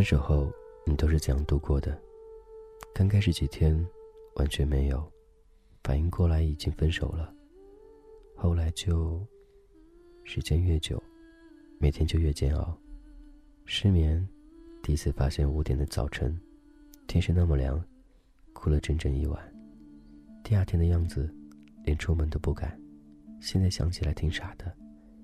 手后你都是怎样度过的？刚开始几天完全没有反应过来已经分手了，后来就时间越久，每天就越煎熬。失眠，第一次发现5点的早晨，天是那么凉，哭了整整1晚。第2天的样子，连出门都不敢。现在想起来挺傻的，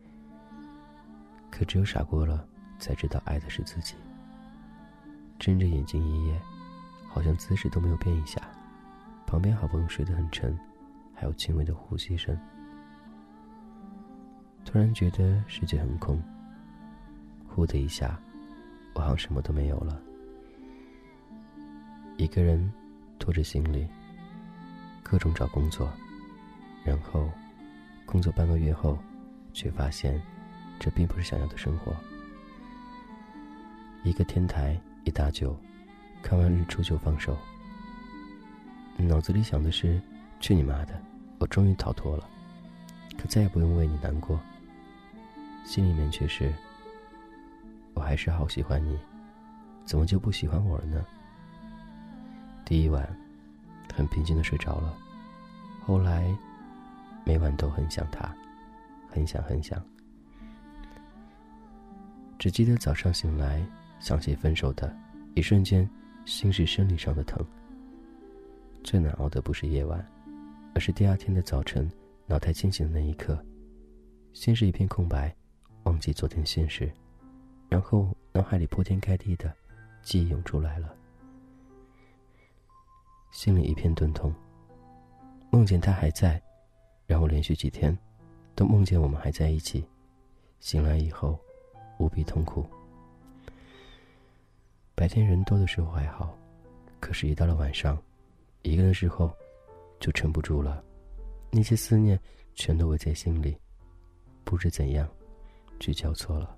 可只有傻过了，才知道爱的是自己。睁着眼睛一夜，好像姿势都没有变一下，旁边好不容易睡得很沉，还有轻微的呼吸声。突然觉得世界很空，呼的一下，我好像什么都没有了。一个人拖着行李，各种找工作，然后工作半个月后，却发现这并不是想要的生活。一个天台一大酒，看完日出就放手。脑子里想的是，去你妈的，我终于逃脱了，可再也不用为你难过。心里面却是，我还是好喜欢你，怎么就不喜欢我了呢？第1晚很平静地睡着了，后来每晚都很想他，很想很想。只记得早上醒来想起分手的一瞬间，心是生理上的疼。最难熬的不是夜晚，而是第2天的早晨，脑袋清醒的那一刻。先是一片空白，忘记昨天现实，然后脑海里铺天盖地的记忆涌出来了，心里一片钝痛。梦见他还在，然后连续几天都梦见我们还在一起，醒来以后无比痛苦。白天人多的时候还好，可是一到了晚上，一个人的时候就撑不住了，那些思念全都围在心里，不知怎样去交错了。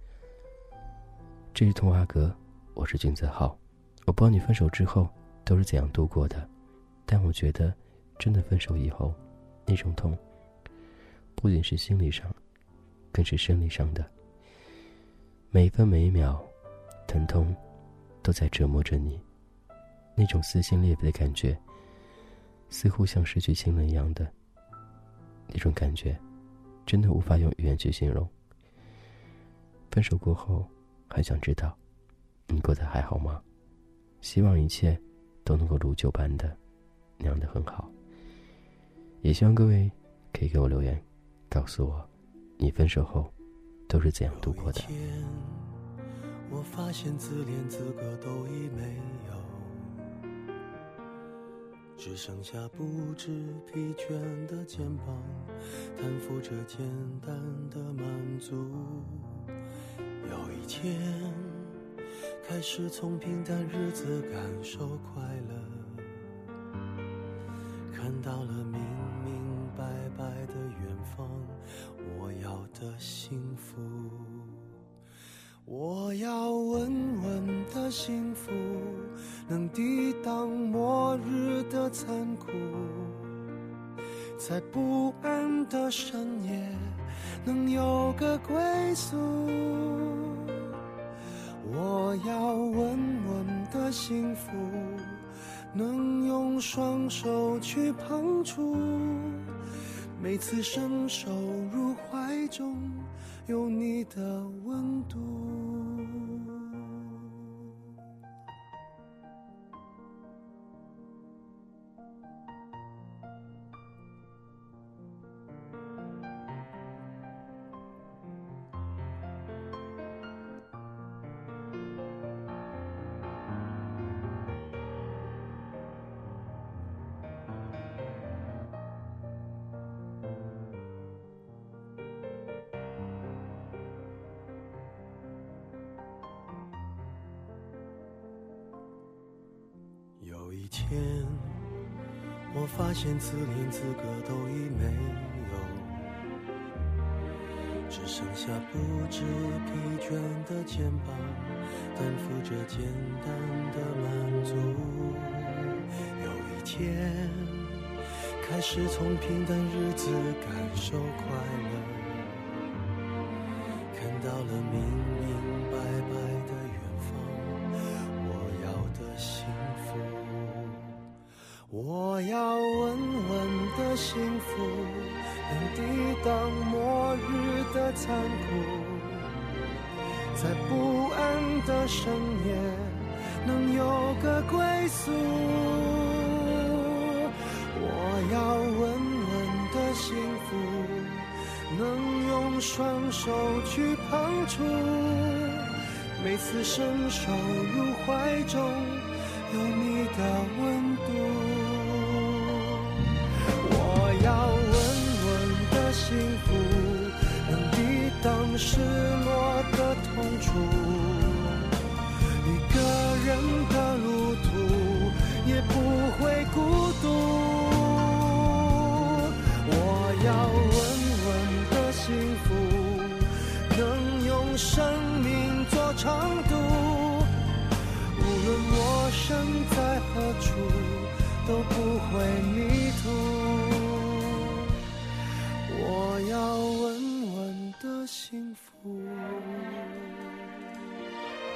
这是童话阁，我是君子浩。我不知道你分手之后都是怎样度过的，但我觉得真的分手以后，那种痛不仅是心理上，更是生理上的。每一分每一秒，疼痛都在折磨着你，那种撕心裂肺的感觉，似乎像失去亲人一样的那种感觉，真的无法用语言去形容。分手过后，很想知道你过得还好吗？希望一切都能够如旧般的那样的很好。也希望各位可以给我留言，告诉我你分手后都是怎样度过的。 有一天我发现自怜资格都已没有，只剩下不知疲倦的肩膀，担负着简单的满足。有一天开始从平淡日子感受快乐，看到了明明白白的远方，我要的幸福。我要稳稳的幸福，能抵挡末日的残酷，在不安的深夜能有个归宿。我要稳稳的幸福，能用双手去碰触，每次伸手入怀中有你的温度。有一天我发现自怜资格都已没有，只剩下不知疲倦的肩膀，担负着简单的满足。有一天开始从平淡日子感受快乐，看到了明明白白的远方， 我要稳稳的幸福，能抵挡末日的残酷，在不安的深夜能有个归宿。我要稳稳的幸福，能用双手去碰触，每次伸手入怀中有你的温度。我要稳稳的幸福，能抵挡失落的痛楚，一个人的路途也不会孤独。我要稳稳的幸福，能用生命做长度，无论我身在何处都不会迷途。我要稳稳的幸福。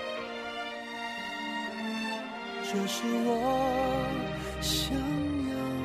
这是我想要